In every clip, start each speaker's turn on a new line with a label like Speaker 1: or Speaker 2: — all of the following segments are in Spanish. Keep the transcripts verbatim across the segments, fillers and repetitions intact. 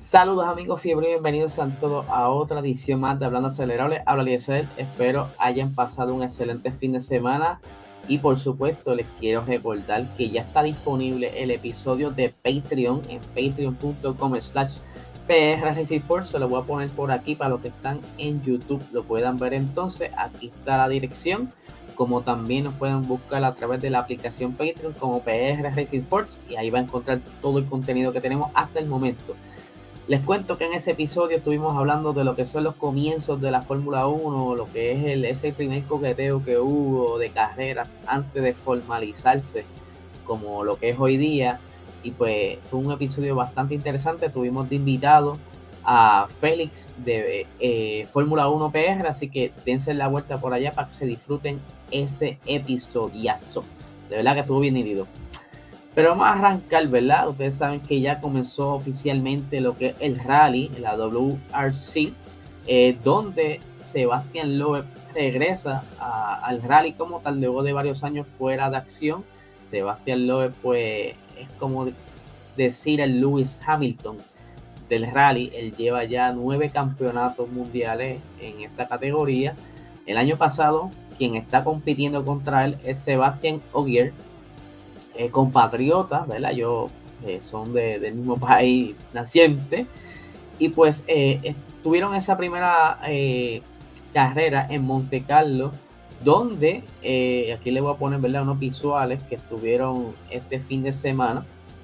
Speaker 1: Saludos amigos fiebre y bienvenidos a todos a otra edición más de Hablando Acelerable. Habla Eliezer, espero hayan pasado un excelente fin de semana y por supuesto les quiero recordar que ya está disponible el episodio de Patreon en patreon punto com slash prresport. Se lo voy a poner por aquí para los que están en YouTube lo puedan ver. Entonces aquí está la dirección, como también nos pueden buscar a través de la aplicación Patreon como P R Racing Sports y ahí va a encontrar todo el contenido que tenemos hasta el momento. Les cuento que en ese episodio estuvimos hablando de lo que son los comienzos de la Fórmula uno, lo que es el, ese primer coqueteo que hubo de carreras antes de formalizarse como lo que es hoy día. Y pues fue un episodio bastante interesante. Tuvimos de invitado a Félix de eh, Fórmula uno P R, así que dense la vuelta por allá para que se disfruten ese episodiazo. De verdad que estuvo bien nítido. Pero vamos a arrancar, ¿verdad? Ustedes saben que ya comenzó oficialmente lo que es el rally, la W R C, eh, donde Sebastián Loeb regresa a, al rally como tal, luego de varios años fuera de acción. Sebastián Loeb, pues, es como decir el Lewis Hamilton del rally. Él lleva ya nueve campeonatos mundiales en esta categoría. El año pasado, quien está compitiendo contra él es Sebastián Ogier, Eh, compatriotas, ¿verdad? Yo eh, son de, del mismo país naciente y pues eh, tuvieron esa primera eh, carrera en Monte Carlo, donde eh, aquí les voy a poner, ¿verdad?, unos visuales que estuvieron este fin de semana,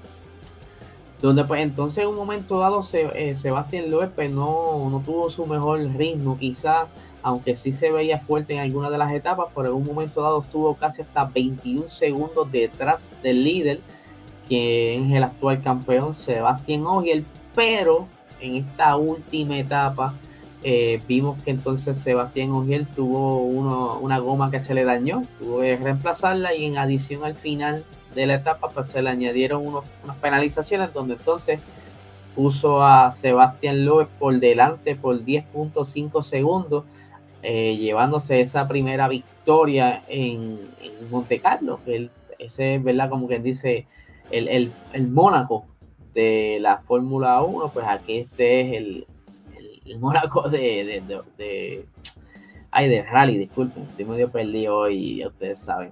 Speaker 1: donde pues entonces en un momento dado se, eh, Sebastián Loeb pues, no, no tuvo su mejor ritmo quizás, aunque sí se veía fuerte en algunas de las etapas, pero en un momento dado estuvo casi hasta veintiún segundos detrás del líder, quien es el actual campeón Sebastián Ogier. Pero en esta última etapa eh, vimos que entonces Sebastián Ogier tuvo uno, una goma que se le dañó, tuvo que reemplazarla y en adición al final de la etapa pues se le añadieron unos, unas penalizaciones donde entonces puso a Sebastián Loeb por delante por diez punto cinco segundos, Eh, llevándose esa primera victoria en, en Monte Carlo, que él, ese es, ¿verdad?, como quien dice, el, el, el Mónaco de la Fórmula uno, pues aquí este es el, el, el Mónaco de, de, de, de, ay, de rally, disculpen, estoy medio perdido hoy, ya ustedes saben.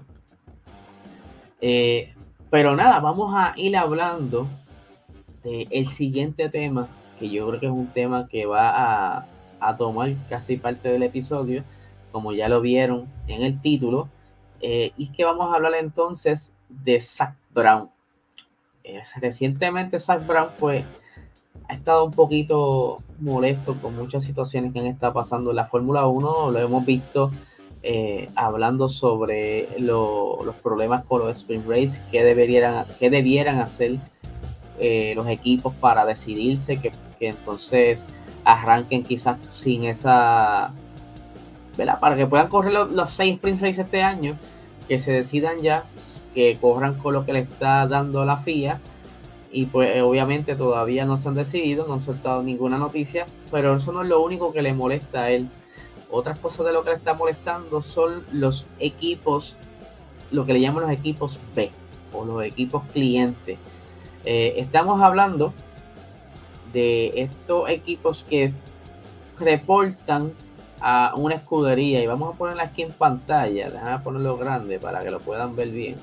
Speaker 1: Eh, pero nada, vamos a ir hablando del siguiente tema, que yo creo que es un tema que va a a tomar casi parte del episodio, como ya lo vieron en el título, eh, y es que vamos a hablar entonces de Zak Brown. Eh, recientemente Zak Brown pues ha estado un poquito molesto con muchas situaciones que han estado pasando en la Fórmula uno. Lo hemos visto eh, hablando sobre lo, los problemas con los sprint race, que debieran, que debieran hacer eh, los equipos para decidirse, que, que entonces arranquen quizás sin esa, ¿verdad?, para que puedan correr los, los seis sprint race este año, que se decidan ya, que corran con lo que le está dando la F I A. Y pues obviamente todavía no se han decidido, no han soltado ninguna noticia, pero eso no es lo único que le molesta a él. Otras cosas de lo que le está molestando son los equipos, lo que le llaman los equipos B o los equipos clientes. Eh, estamos hablando de estos equipos que reportan a una escudería, y vamos a ponerla aquí en pantalla, déjame ponerlo grande para que lo puedan ver bien,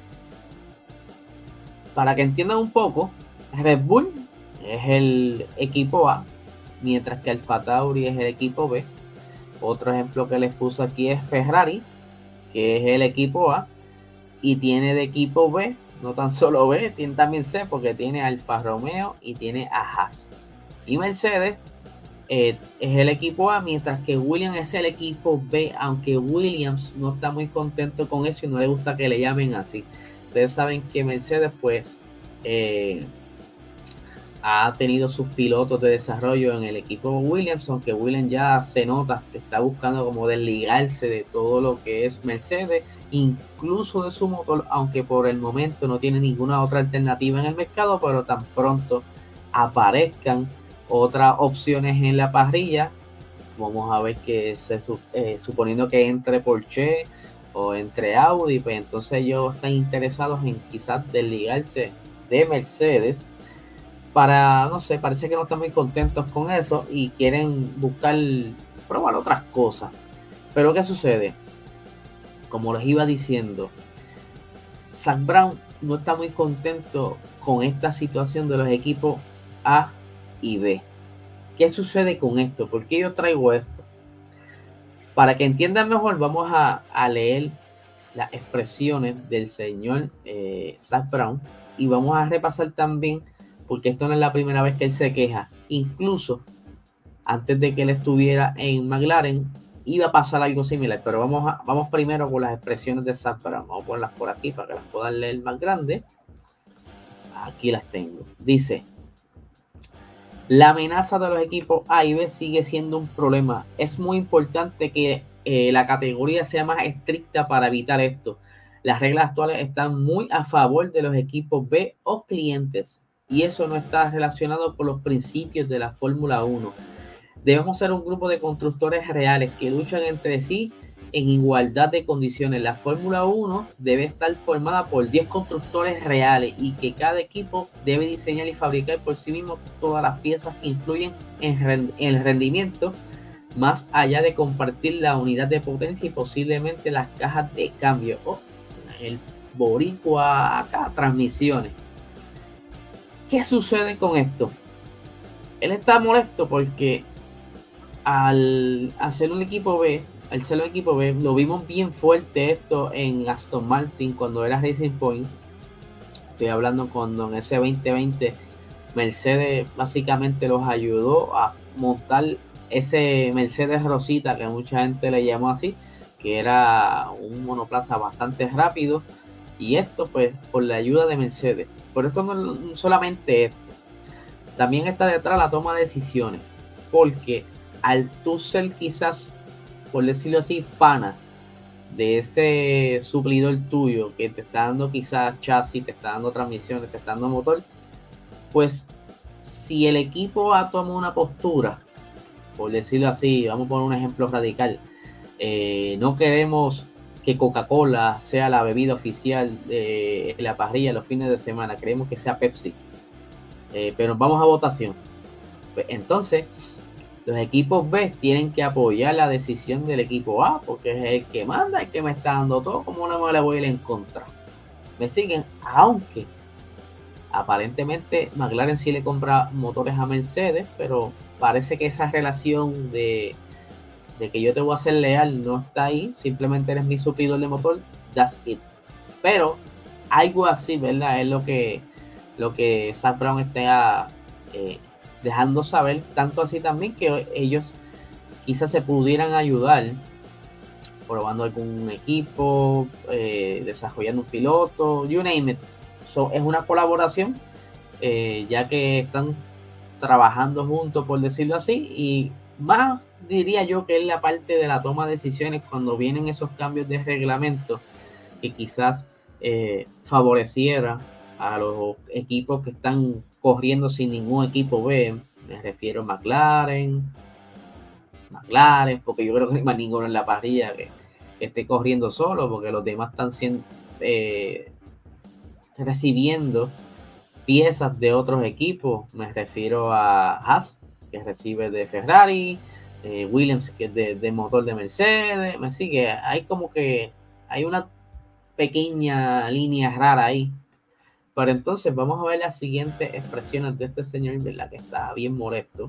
Speaker 1: para que entiendan un poco. Red Bull es el equipo A, mientras que Alfa Tauri es el equipo B. Otro ejemplo que les puse aquí es Ferrari, que es el equipo A, y tiene de equipo B, no tan solo B, tiene también C, porque tiene Alfa Romeo y tiene a Haas. Y Mercedes eh, es el equipo A, mientras que Williams es el equipo B, aunque Williams no está muy contento con eso y no le gusta que le llamen así. Ustedes saben que Mercedes pues eh, ha tenido sus pilotos de desarrollo en el equipo Williams, aunque Williams ya se nota que está buscando como desligarse de todo lo que es Mercedes, incluso de su motor, aunque por el momento no tiene ninguna otra alternativa en el mercado, pero tan pronto aparezcan otras opciones en la parrilla, vamos a ver que se, eh, suponiendo que entre Porsche o entre Audi, pues entonces ellos están interesados en quizás desligarse de Mercedes. para, no sé, parece que no están muy contentos con eso y quieren buscar, probar otras cosas. Pero ¿qué sucede? Como les iba diciendo, Zach Brown no está muy contento con esta situación de los equipos A y B. ¿Qué sucede con esto? ¿Por qué yo traigo esto? Para que entiendan mejor, vamos a, a leer las expresiones del señor eh, Zach Brown y vamos a repasar también, porque esto no es la primera vez que él se queja. Incluso antes de que él estuviera en McLaren, iba a pasar algo similar, pero vamos, a, vamos primero con las expresiones de Zach Brown. Vamos a ponerlas por aquí para que las puedan leer más grande. Aquí las tengo. Dice: la amenaza de los equipos A y B sigue siendo un problema. Es muy importante que eh, la categoría sea más estricta para evitar esto. Las reglas actuales están muy a favor de los equipos B o clientes, y eso no está relacionado con los principios de la Fórmula uno. Debemos ser un grupo de constructores reales que luchan entre sí en igualdad de condiciones. La Fórmula uno debe estar formada por diez constructores reales y que cada equipo debe diseñar y fabricar por sí mismo todas las piezas que influyen en el rendimiento, más allá de compartir la unidad de potencia y posiblemente las cajas de cambio o el boricua acá, transmisiones. ¿Qué sucede con esto? Él está molesto porque al hacer un equipo B, al ser un equipo B, lo vimos bien fuerte esto en Aston Martin cuando era Racing Point. Estoy hablando cuando en ese veinte veinte Mercedes básicamente los ayudó a montar ese Mercedes Rosita, que mucha gente le llamó así, que era un monoplaza bastante rápido, y esto pues por la ayuda de Mercedes. Por esto no solamente esto, también está detrás la toma de decisiones, porque al tú ser quizás, por decirlo así, pana de ese suplidor tuyo que te está dando quizás chasis, te está dando transmisiones, te está dando motor, pues si el equipo A toma una postura, por decirlo así, vamos a poner un ejemplo radical, eh, no queremos que Coca-Cola sea la bebida oficial de la parrilla los fines de semana, queremos que sea Pepsi, eh, pero vamos a votación. Pues entonces los equipos B tienen que apoyar la decisión del equipo A, porque es el que manda, el que me está dando todo, como no me le voy a ir en contra. ¿Me siguen? Aunque aparentemente McLaren sí le compra motores a Mercedes, pero parece que esa relación de, de que yo te voy a hacer leal no está ahí, simplemente eres mi suplidor de motor, that's it. Pero algo así, ¿verdad? Es lo que, lo que Zach Brown está eh, dejando saber, tanto así también que ellos quizás se pudieran ayudar probando algún equipo, eh, desarrollando un piloto, you name it. So, es una colaboración, eh, ya que están trabajando juntos, por decirlo así, y más diría yo que es la parte de la toma de decisiones cuando vienen esos cambios de reglamento que quizás eh, favoreciera a los equipos que están corriendo sin ningún equipo B. Me refiero a McLaren, McLaren, porque yo creo que no hay más ninguno en la parrilla que, que esté corriendo solo, porque los demás están siendo, eh, recibiendo piezas de otros equipos. Me refiero a Haas, que recibe de Ferrari, eh, Williams, que es de, de motor de Mercedes. Me sigue, hay como que hay una pequeña línea rara ahí. Pero entonces vamos a ver las siguientes expresiones de este señor, ¿verdad? Que está bien molesto.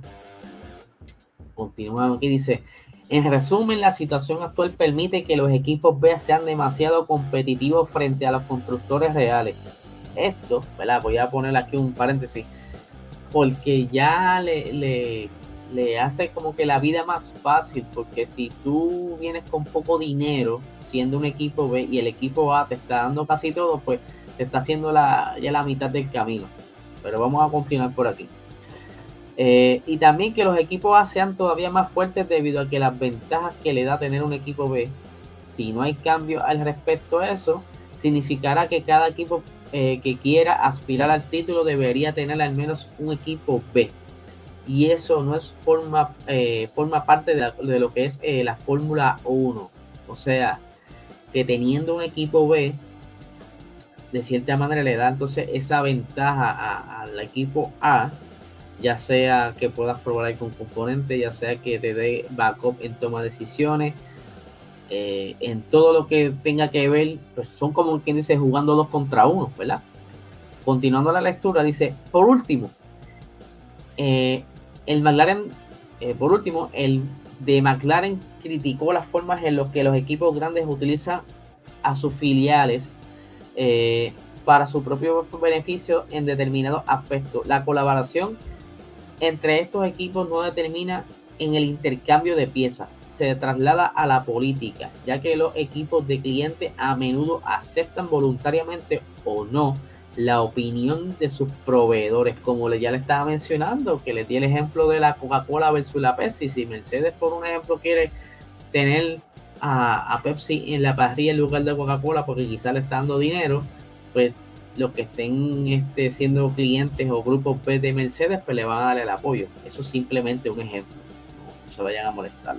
Speaker 1: Continuamos aquí, dice: en resumen, la situación actual permite que los equipos B sean demasiado competitivos frente a los constructores reales. Esto, ¿verdad? Voy a poner aquí un paréntesis, porque ya le, le, le hace como que la vida más fácil, porque si tú vienes con poco dinero siendo un equipo B y el equipo A te está dando casi todo, pues te está haciendo la, ya la mitad del camino. Pero vamos a continuar por aquí. Eh, y también que los equipos A sean todavía más fuertes debido a que las ventajas que le da tener un equipo B, si no hay cambio al respecto a eso, significará que cada equipo eh, que quiera aspirar al título debería tener al menos un equipo B. Y eso no es forma, eh, forma parte de, la, de lo que es eh, la Fórmula uno. O sea, que teniendo un equipo B, de cierta manera le da entonces esa ventaja a- al equipo A, ya sea que puedas probar ahí con componentes, ya sea que te dé backup en toma de decisiones, eh, en todo lo que tenga que ver, pues son como quien dice jugando dos contra uno, ¿verdad? Continuando la lectura, dice, por último, eh, el McLaren, eh, por último, el de McLaren criticó las formas en las que los equipos grandes utilizan a sus filiales eh, para su propio beneficio en determinados aspectos. La colaboración entre estos equipos no determina en el intercambio de piezas, se traslada a la política, ya que los equipos de clientes a menudo aceptan voluntariamente o no la opinión de sus proveedores, como ya le estaba mencionando, que le di el ejemplo de la Coca-Cola versus la Pepsi. Si Mercedes, por un ejemplo, quiere tener a, a Pepsi en la parrilla en lugar de Coca-Cola porque quizás le está dando dinero, pues los que estén este, siendo clientes o grupos B de Mercedes, pues le van a dar el apoyo. Eso es simplemente un ejemplo. No se vayan a molestar.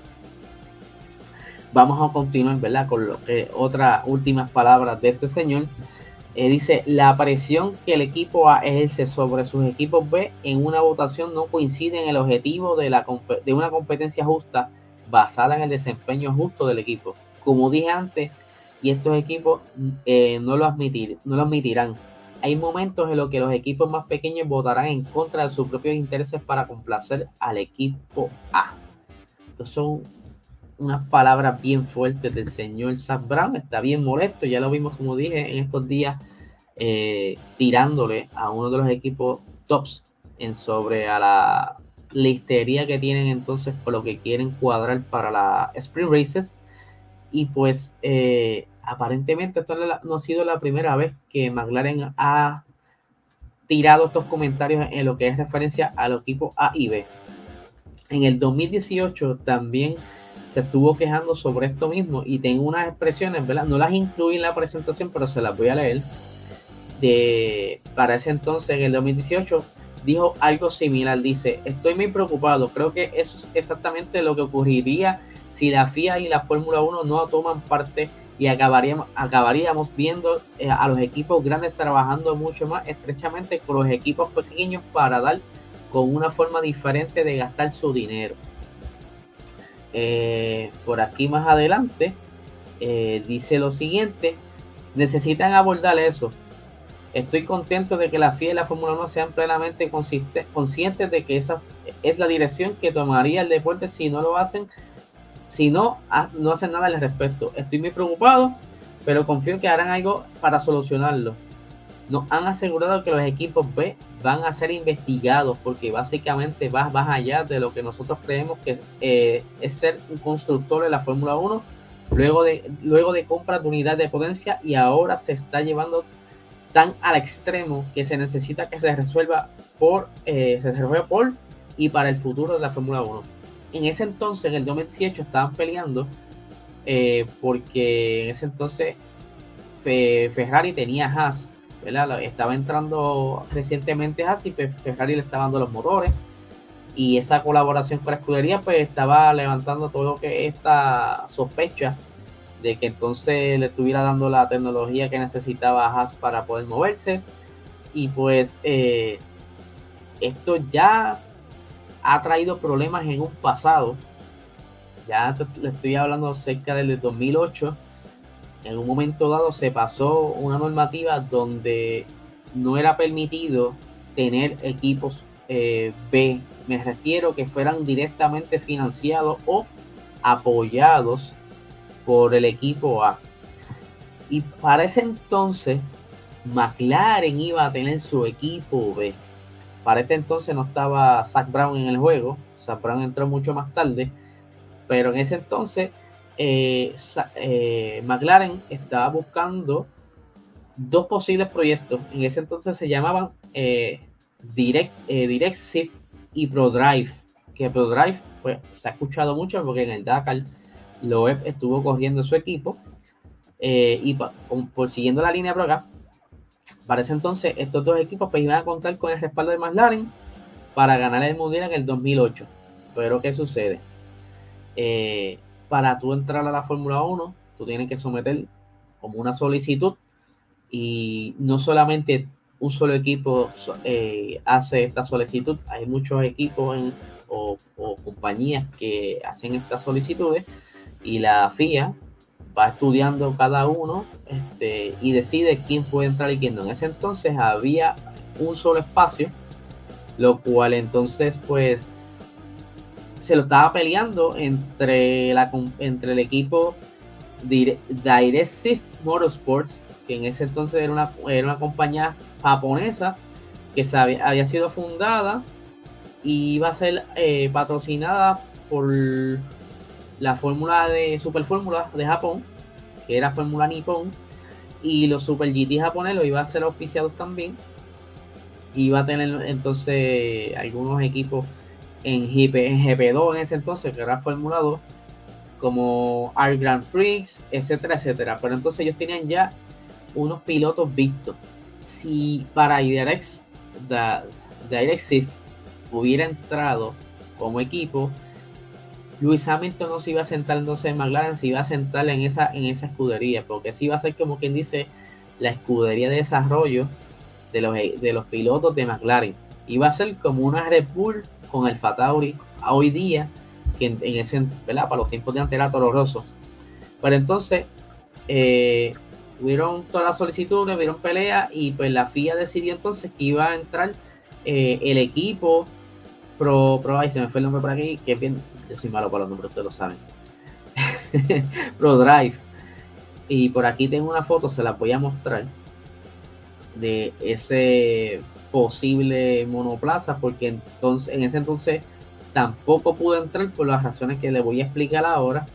Speaker 1: Vamos a continuar, ¿verdad? Con lo que otras últimas palabras de este señor. Eh, dice, la presión que el equipo A ejerce sobre sus equipos B en una votación no coincide en el objetivo de, la, de una competencia justa basada en el desempeño justo del equipo. Como dije antes, y estos equipos eh, no, lo admitir, no lo admitirán. Hay momentos en los que los equipos más pequeños votarán en contra de sus propios intereses para complacer al equipo A. Estos son unas palabras bien fuertes del señor Zak Brown. Está bien molesto, ya lo vimos, como dije, en estos días eh, tirándole a uno de los equipos tops en sobre a la listería que tienen entonces por lo que quieren cuadrar para la Sprint Races. Y pues eh, aparentemente esto no ha sido la primera vez que McLaren ha tirado estos comentarios en lo que es referencia al equipo A y B. En el dos mil dieciocho también se estuvo quejando sobre esto mismo y tengo unas expresiones, ¿verdad? No las incluí en la presentación, pero se las voy a leer. De, para ese entonces, en el dos mil dieciocho, dijo algo similar. Dice, estoy muy preocupado. Creo que eso es exactamente lo que ocurriría si la F I A y la Fórmula uno no toman parte y acabaríamos, acabaríamos viendo eh, a los equipos grandes trabajando mucho más estrechamente con los equipos pequeños para dar con una forma diferente de gastar su dinero. Eh, por aquí más adelante eh, dice lo siguiente, necesitan abordar eso. Estoy contento de que la F I A y la Fórmula uno sean plenamente conscientes de que esa es la dirección que tomaría el deporte si no lo hacen, si no, no hacen nada al respecto. Estoy muy preocupado, pero confío en que harán algo para solucionarlo. Nos han asegurado que los equipos B van a ser investigados porque básicamente va más allá de lo que nosotros creemos que eh, es ser un constructor de la Fórmula uno luego de, luego de compra de unidad de potencia, y ahora se está llevando tan al extremo que se necesita que se resuelva por, eh, se resuelva por y para el futuro de la Fórmula uno. En ese entonces, en el dos mil dieciocho, estaban peleando eh, porque en ese entonces Fe, Ferrari tenía Haas, ¿verdad? Estaba entrando recientemente Haas y Ferrari le estaba dando los motores, y esa colaboración con la escudería pues estaba levantando todo lo que esta sospecha de que entonces le estuviera dando la tecnología que necesitaba Haas para poder moverse. Y pues eh, esto ya ha traído problemas en un pasado. Ya te, le estoy hablando cerca del dos mil ocho. En un momento dado se pasó una normativa donde no era permitido tener equipos eh, B. Me refiero que fueran directamente financiados o apoyados por el equipo A. Y para ese entonces McLaren iba a tener su equipo B. Para este entonces no estaba Zak Brown en el juego. Zak Brown entró mucho más tarde, pero en ese entonces eh, eh, McLaren estaba buscando dos posibles proyectos. En ese entonces se llamaban eh, Direct, eh, DirectShift y ProDrive, que ProDrive pues se ha escuchado mucho porque en el Dakar Loeb estuvo corriendo su equipo. Eh, y por, por siguiendo la línea por acá, para ese entonces estos dos equipos pues iban a contar con el respaldo de McLaren para ganar el mundial en el dos mil ocho. Pero ¿qué sucede? Eh, para tú entrar a la Fórmula uno, tú tienes que someter como una solicitud, y no solamente un solo equipo eh, hace esta solicitud, hay muchos equipos en, o, o compañías que hacen estas solicitudes y la F I A va estudiando cada uno este, y decide quién puede entrar y quién no. En ese entonces había un solo espacio, lo cual entonces pues se lo estaba peleando entre, la, entre el equipo Directive Motorsports, que en ese entonces era una, era una compañía japonesa que sabe, había sido fundada y iba a ser eh, patrocinada por la fórmula de Super Fórmula de Japón, que era Fórmula Nippon, y los Super G T japoneses lo iba a ser auspiciados también. Iba a tener entonces algunos equipos en G P, en G P dos en ese entonces, que era Fórmula dos, como Art Grand Prix, etcétera, etcétera. Pero entonces ellos tenían ya unos pilotos vistos. Si para Direct, Directive hubiera entrado como equipo, Lewis Hamilton no se iba a sentar entonces en McLaren, se iba a sentar en esa, en esa escudería, porque sí iba a ser como quien dice la escudería de desarrollo de los, de los pilotos de McLaren. Iba a ser como una Red Bull con el AlphaTauri a hoy día, que en, en ese, ¿verdad? Para los tiempos de antes era Toro Rosso. Pero entonces eh, hubieron todas las solicitudes, hubieron peleas y pues la F I A decidió entonces que iba a entrar eh, el equipo Pro, Pro, ahí se me fue el nombre por aquí, que es bien, yo soy malo para los nombres, ustedes lo saben. Pro Drive. Y por aquí tengo una foto, se la voy a mostrar, de ese posible monoplaza, porque entonces, en ese entonces tampoco pude entrar por las razones que les voy a explicar ahora.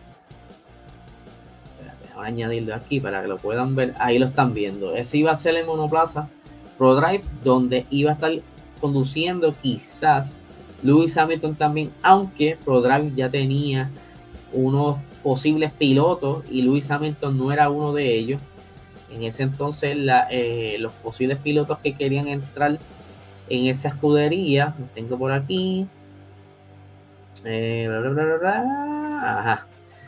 Speaker 1: Voy a añadirlo aquí para que lo puedan ver. Ahí lo están viendo. Ese iba a ser el monoplaza Pro Drive, donde iba a estar conduciendo quizás Lewis Hamilton también, aunque Pro Drive ya tenía unos posibles pilotos y Lewis Hamilton no era uno de ellos. En ese entonces la, eh, los posibles pilotos que querían entrar en esa escudería, los tengo por aquí. Eh, bla, bla, bla, bla. Ajá.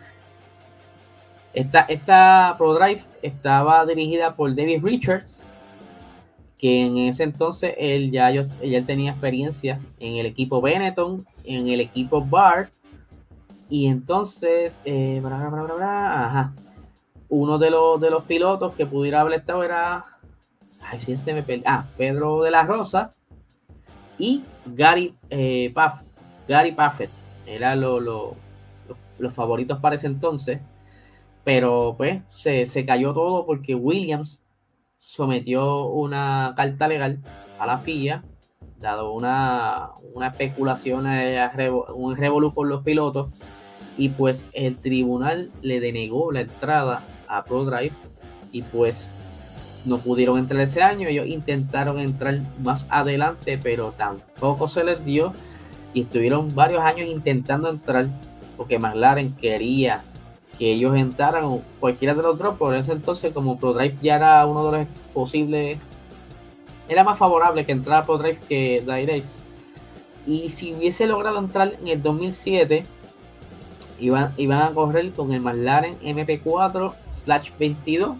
Speaker 1: Esta, esta Pro Drive estaba dirigida por David Richards, que en ese entonces él ya, yo, él tenía experiencia en el equipo Benetton, en el equipo Bar, y entonces, eh, bla, bla, bla, bla, bla, ajá. Uno de los, de los pilotos que pudiera haber estado era, ay, sí, se me perdió, ah, Pedro de la Rosa y Gary, eh, Paff, Gary Paffett, eran lo, lo, lo, los favoritos para ese entonces, pero pues se, se cayó todo porque Williams sometió una carta legal a la F I A, dado una, una especulación, un revolú por los pilotos, y pues el tribunal le denegó la entrada a Pro Drive y pues no pudieron entrar ese año. Ellos intentaron entrar más adelante, pero tampoco se les dio y estuvieron varios años intentando entrar porque McLaren quería que ellos entraran o cualquiera de los dos. Por ese entonces, como Pro Drive ya era uno de los posibles, era más favorable que entrara Pro Drive que Direct, y si hubiese logrado entrar en el dos mil siete, iban, iban a correr con el McLaren M P cuatro slash veintidós,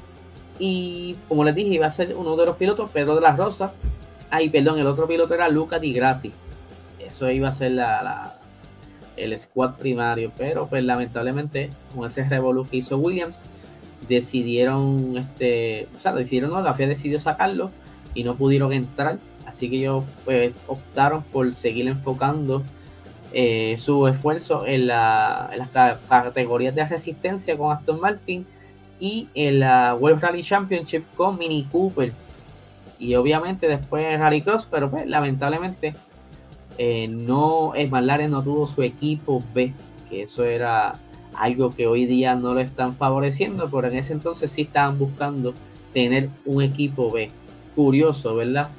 Speaker 1: y como les dije, iba a ser uno de los pilotos Pedro de la Rosa. Ay, perdón, el otro piloto era Luca Di Grassi. Eso iba a ser la, la el squad primario, pero pues lamentablemente con ese revolú que hizo Williams decidieron este o sea decidieron no la F I A decidió sacarlo y no pudieron entrar, así que ellos pues optaron por seguir enfocando eh, su esfuerzo en, la, en las categorías de resistencia con Aston Martin y en la World Rally Championship con Mini Cooper, y obviamente después en Rallycross, pero pues lamentablemente Eh, no, el McLaren no tuvo su equipo B, que eso era algo que hoy día no lo están favoreciendo, pero en ese entonces sí estaban buscando tener un equipo B. Curioso, ¿verdad?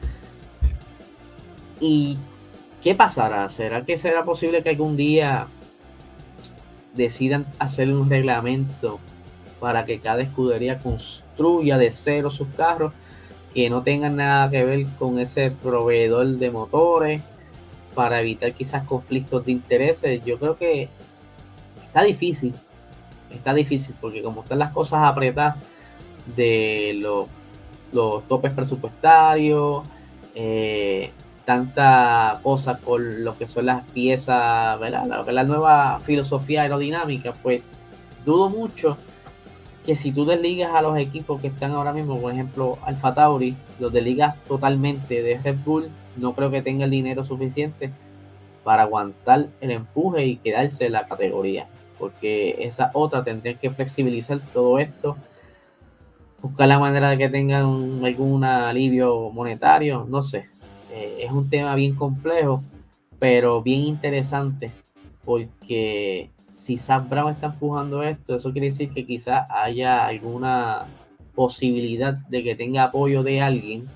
Speaker 1: ¿Y qué pasará? ¿Será que será posible que algún día decidan hacer un reglamento para que cada escudería construya de cero sus carros, que no tengan nada que ver con ese proveedor de motores, para evitar quizás conflictos de intereses? Yo creo que está difícil, está difícil, porque como están las cosas apretadas de los los topes presupuestarios, eh, tanta cosa con lo que son las piezas, ¿verdad? Lo que es la nueva filosofía aerodinámica, pues dudo mucho que si tú desligas a los equipos que están ahora mismo, por ejemplo, Alfa Tauri, los desligas totalmente de Red Bull, no creo que tenga el dinero suficiente para aguantar el empuje y quedarse en la categoría, porque esa otra tendría que flexibilizar todo esto, buscar la manera de que tengan un, algún alivio monetario, no sé. Eh, es un tema bien complejo, pero bien interesante, porque si Zak Brown está empujando esto, eso quiere decir que quizás haya alguna posibilidad de que tenga apoyo de alguien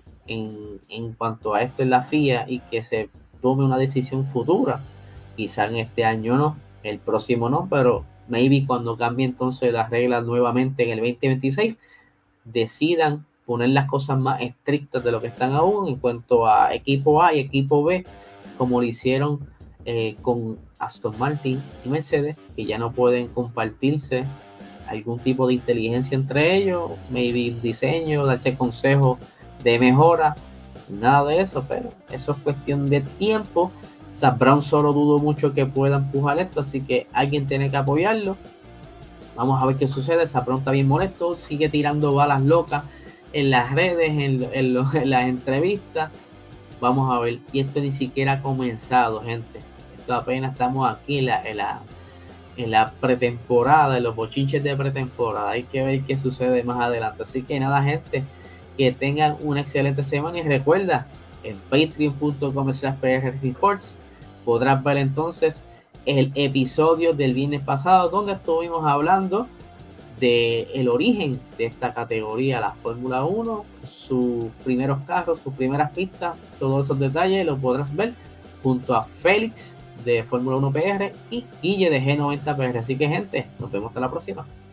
Speaker 1: en, en cuanto a esto en la F I A y que se tome una decisión futura. Quizá en este año no, el próximo no, pero maybe cuando cambie entonces las reglas nuevamente en el veinte veintiséis, decidan poner las cosas más estrictas de lo que están aún en cuanto a equipo A y equipo B, como lo hicieron eh, con Aston Martin y Mercedes, que ya no pueden compartirse algún tipo de inteligencia entre ellos, maybe diseño, darse consejos de mejora, nada de eso, pero eso es cuestión de tiempo. Zak Brown solo dudo mucho que pueda empujar esto, así que alguien tiene que apoyarlo. Vamos a ver qué sucede. Zak Brown está bien molesto, sigue tirando balas locas en las redes, en, en, lo, en las entrevistas. Vamos a ver, y esto ni siquiera ha comenzado, gente. Esto apenas estamos aquí en la, en la, en la pretemporada, en los bochinches de pretemporada. Hay que ver qué sucede más adelante. Así que nada, gente, que tengan una excelente semana y recuerda, en patreon punto com slash p r racing horse podrás ver entonces el episodio del viernes pasado donde estuvimos hablando de el origen de esta categoría, la Fórmula uno, sus primeros carros, sus primeras pistas, todos esos detalles los podrás ver junto a Félix de Fórmula uno P R y Guille de G noventa P R. Así que gente, nos vemos hasta la próxima.